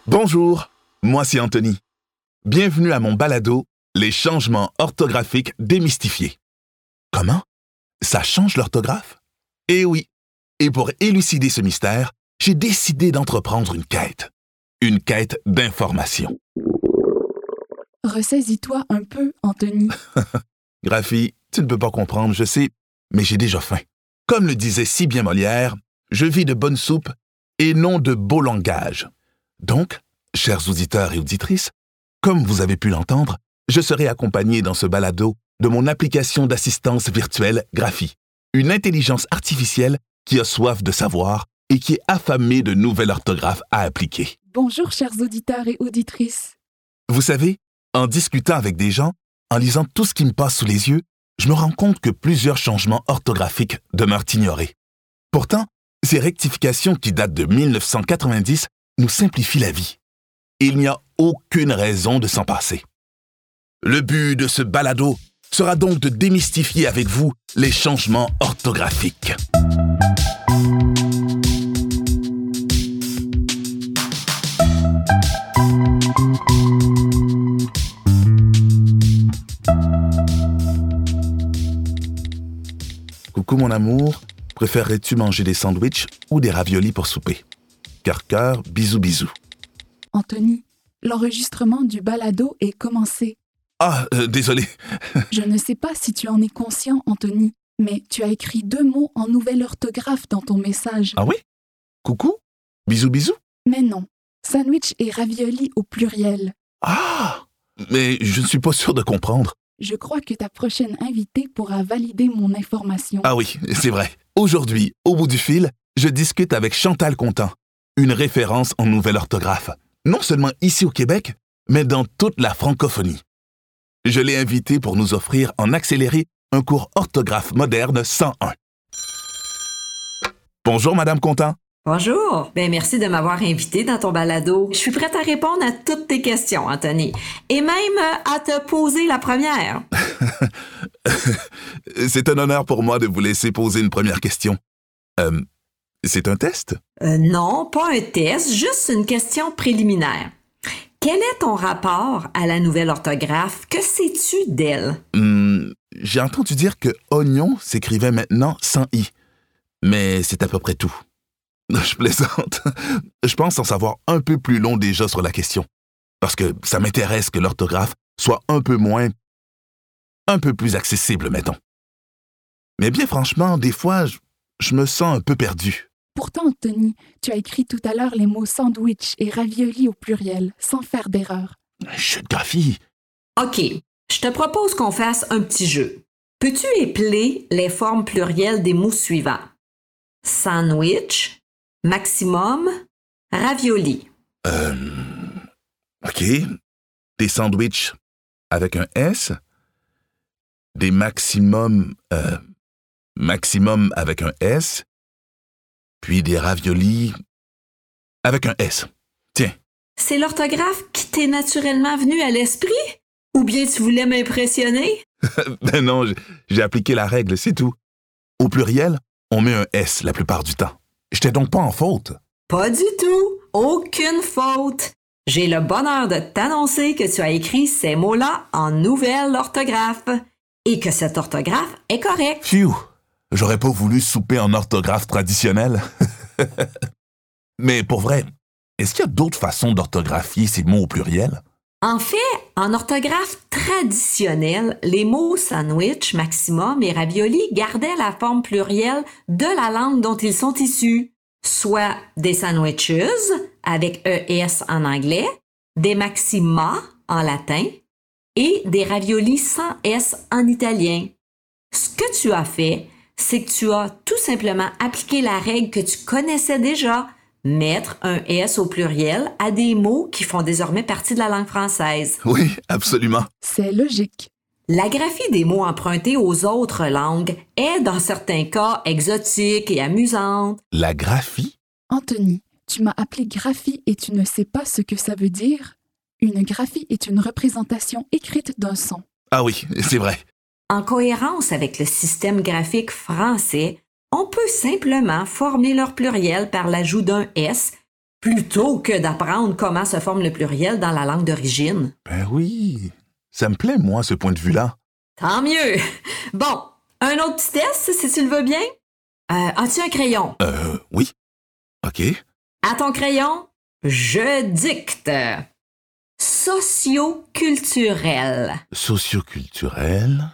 Bonjour, moi c'est Anthony. Bienvenue à mon balado « Les changements orthographiques démystifiés ». Comment? Ça change l'orthographe? Eh oui! Et pour élucider ce mystère, j'ai décidé d'entreprendre une quête. Une quête d'information. Ressaisis-toi un peu, Anthony. Graphie, tu ne peux pas comprendre, je sais, mais j'ai déjà faim. Comme le disait si bien Molière, je vis de bonne soupe et non de beau langage. Donc, chers auditeurs et auditrices, comme vous avez pu l'entendre, je serai accompagné dans ce balado de mon application d'assistance virtuelle Graphie, une intelligence artificielle qui a soif de savoir et qui est affamée de nouvelles orthographes à appliquer. Bonjour, chers auditeurs et auditrices. Vous savez, en discutant avec des gens, en lisant tout ce qui me passe sous les yeux, je me rends compte que plusieurs changements orthographiques demeurent ignorés. Pourtant, ces rectifications qui datent de 1990 nous simplifient la vie. Il n'y a aucune raison de s'en passer. Le but de ce balado sera donc de démystifier avec vous les changements orthographiques. Coucou mon amour, préférerais-tu manger des sandwichs ou des raviolis pour souper? Cœur, bisous, bisous. Anthony, l'enregistrement du balado est commencé. Ah, désolé. Je ne sais pas si tu en es conscient, Anthony, mais tu as écrit 2 mots en nouvelle orthographe dans ton message. Ah oui? Coucou? Bisous, bisous? Mais non, sandwich et ravioli au pluriel. Ah! Mais je ne suis pas sûr de comprendre. Je crois que ta prochaine invitée pourra valider mon information. Ah oui, c'est vrai. Aujourd'hui, au bout du fil, je discute avec Chantal Contant, une référence en nouvelle orthographe, non seulement ici au Québec, mais dans toute la francophonie. Je l'ai invitée pour nous offrir en accéléré un cours orthographe moderne 101. Bonjour, Madame Contant. Bonjour. Merci de m'avoir invité dans ton balado. Je suis prête à répondre à toutes tes questions, Anthony. Et même à te poser la première. C'est un honneur pour moi de vous laisser poser une première question. C'est un test? Non, pas un test, juste une question préliminaire. Quel est ton rapport à la nouvelle orthographe? Que sais-tu d'elle? J'ai entendu dire que oignon s'écrivait maintenant sans i. Mais c'est à peu près tout. Je plaisante. Je pense en savoir un peu plus long déjà sur la question. Parce que ça m'intéresse que l'orthographe soit un peu plus accessible, mettons. Mais bien franchement, des fois, je me sens un peu perdu. Pourtant, Anthony, tu as écrit tout à l'heure les mots sandwich et ravioli au pluriel, sans faire d'erreur. Chut, Graphie! OK, je te propose qu'on fasse un petit jeu. Peux-tu épeler les formes plurielles des mots suivants? Sandwich, maximum, ravioli. OK. Des sandwichs avec un S. Des maximum avec un S. Puis des raviolis avec un S. Tiens. C'est l'orthographe qui t'est naturellement venue à l'esprit? Ou bien tu voulais m'impressionner? Ben non, j'ai appliqué la règle, c'est tout. Au pluriel, on met un S la plupart du temps. J'étais donc pas en faute. Pas du tout. Aucune faute. J'ai le bonheur de t'annoncer que tu as écrit ces mots-là en nouvelle orthographe et que cette orthographe est correcte. Phew! J'aurais pas voulu souper en orthographe traditionnelle. Mais pour vrai, est-ce qu'il y a d'autres façons d'orthographier ces mots au pluriel? En fait, en orthographe traditionnelle, les mots sandwich, maximum et ravioli gardaient la forme plurielle de la langue dont ils sont issus, soit des sandwiches avec ES en anglais, des maxima en latin et des raviolis sans S en italien. Ce que tu as fait, c'est que tu as tout simplement appliqué la règle que tu connaissais déjà, mettre un S au pluriel à des mots qui font désormais partie de la langue française. Oui, absolument. C'est logique. La graphie des mots empruntés aux autres langues est, dans certains cas, exotique et amusante. La graphie? Anthony, tu m'as appelé graphie et tu ne sais pas ce que ça veut dire? Une graphie est une représentation écrite d'un son. Ah oui, c'est vrai. En cohérence avec le système graphique français, on peut simplement former leur pluriel par l'ajout d'un S, plutôt que d'apprendre comment se forme le pluriel dans la langue d'origine. Ben oui, ça me plaît, moi, ce point de vue-là. Tant mieux! Bon, un autre petit test, si tu le veux bien. As-tu un crayon? Oui. OK. À ton crayon, je dicte. Socioculturel. Socioculturel.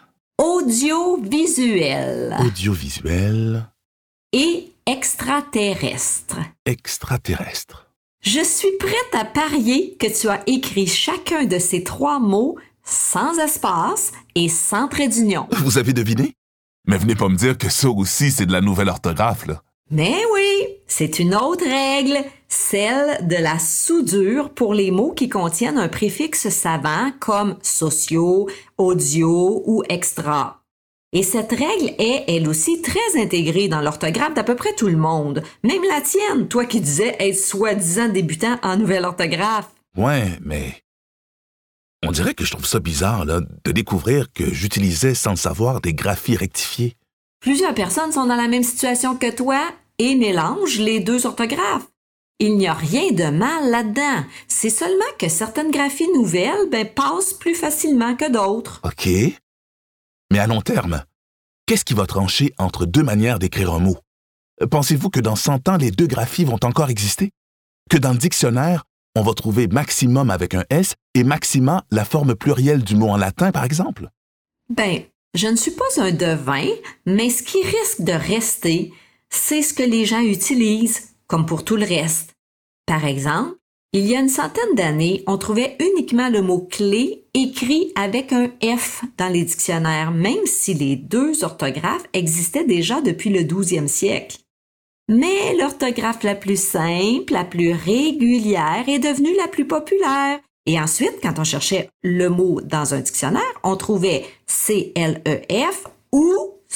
Audiovisuel. Audiovisuel. Et extraterrestre. Extraterrestre. Je suis prête à parier que tu as écrit chacun de ces 3 mots sans espace et sans trait d'union. Vous avez deviné? Mais venez pas me dire que ça aussi, c'est de la nouvelle orthographe, là. Mais oui, c'est une autre règle, celle de la soudure pour les mots qui contiennent un préfixe savant comme socio, audio ou extra. Et cette règle est, elle aussi, très intégrée dans l'orthographe d'à peu près tout le monde. Même la tienne, toi qui disais être soi-disant débutant en nouvelle orthographe. Ouais, mais... On dirait que je trouve ça bizarre, là, de découvrir que j'utilisais sans le savoir des graphies rectifiées. Plusieurs personnes sont dans la même situation que toi et mélangent les 2 orthographes. Il n'y a rien de mal là-dedans. C'est seulement que certaines graphies nouvelles passent plus facilement que d'autres. OK. Mais à long terme, qu'est-ce qui va trancher entre 2 manières d'écrire un mot? Pensez-vous que dans 100 ans, les 2 graphies vont encore exister? Que dans le dictionnaire, on va trouver maximum avec un S et maxima la forme plurielle du mot en latin, par exemple? Je ne suis pas un devin, mais ce qui risque de rester, c'est ce que les gens utilisent, comme pour tout le reste. Par exemple, il y a une centaine d'années, on trouvait uniquement le mot « clé » écrit avec un F dans les dictionnaires, même si les 2 orthographes existaient déjà depuis le 12e siècle. Mais l'orthographe la plus simple, la plus régulière est devenue la plus populaire. Et ensuite, quand on cherchait le mot dans un dictionnaire, on trouvait CLEF ou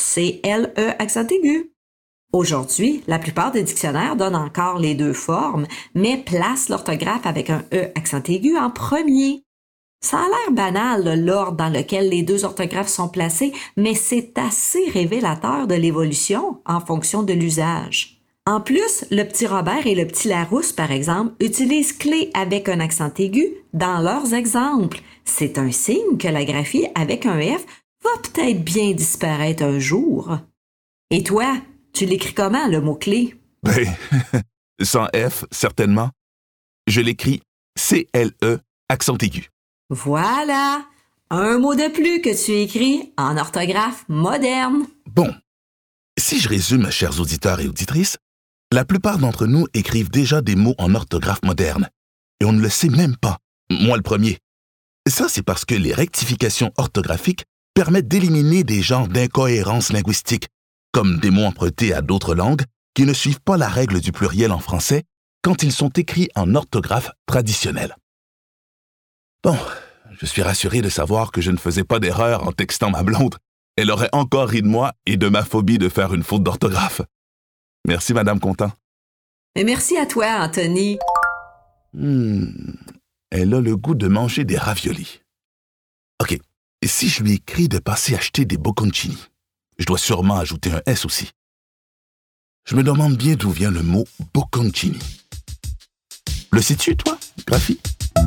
CLE accent aigu. Aujourd'hui, la plupart des dictionnaires donnent encore les 2 formes, mais placent l'orthographe avec un E accent aigu en premier. Ça a l'air banal, l'ordre dans lequel les 2 orthographes sont placées, mais c'est assez révélateur de l'évolution en fonction de l'usage. En plus, le petit Robert et le petit Larousse, par exemple, utilisent clé avec un accent aigu dans leurs exemples. C'est un signe que la graphie avec un F va peut-être bien disparaître un jour. Et toi, tu l'écris comment, le mot-clé? Sans F, certainement. Je l'écris CLE accent aigu. Voilà! Un mot de plus que tu écris en orthographe moderne. Bon, si je résume, chers auditeurs et auditrices, la plupart d'entre nous écrivent déjà des mots en orthographe moderne. Et on ne le sait même pas. Moi le premier. Ça, c'est parce que les rectifications orthographiques permettent d'éliminer des genres d'incohérences linguistiques, comme des mots empruntés à d'autres langues qui ne suivent pas la règle du pluriel en français quand ils sont écrits en orthographe traditionnelle. Bon, je suis rassuré de savoir que je ne faisais pas d'erreur en textant ma blonde. Elle aurait encore ri de moi et de ma phobie de faire une faute d'orthographe. Merci, Madame Contant. Mais merci à toi, Anthony. Elle a le goût de manger des raviolis. OK, si je lui écris de passer acheter des bocconcini, je dois sûrement ajouter un S aussi. Je me demande bien d'où vient le mot bocconcini. Le sais-tu, toi, Graphie?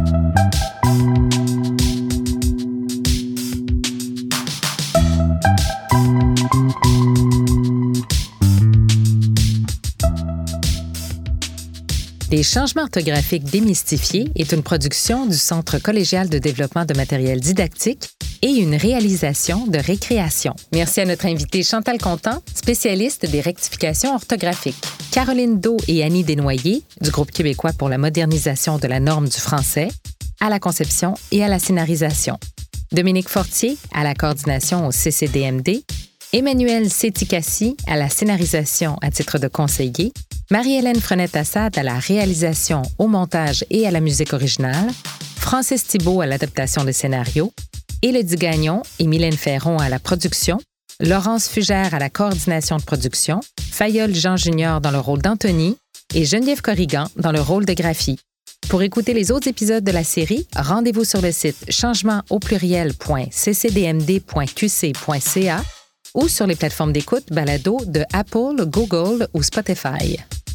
Les changements orthographiques démystifiés est une production du Centre collégial de développement de matériel didactique et une réalisation de Récréation. Merci à notre invitée Chantal Contant, spécialiste des rectifications orthographiques. Caroline Do et Annie Desnoyers, du Groupe québécois pour la modernisation de la norme du français, à la conception et à la scénarisation. Dominique Fortier, à la coordination au CCDMD. Emmanuel Séticassi, à la scénarisation à titre de conseiller. Marie-Hélène Frenette-Assad à la réalisation, au montage et à la musique originale, Francis Thibault à l'adaptation de scénario, Élodie Gagnon et Mylène Ferron à la production, Laurence Fugère à la coordination de production, Fayolle Jean Junior dans le rôle d'Anthony et Geneviève Corrigan dans le rôle de Graphie. Pour écouter les autres épisodes de la série, rendez-vous sur le site changementaupluriel.ccdmd.qc.ca ou sur les plateformes d'écoute balado de Apple, Google ou Spotify.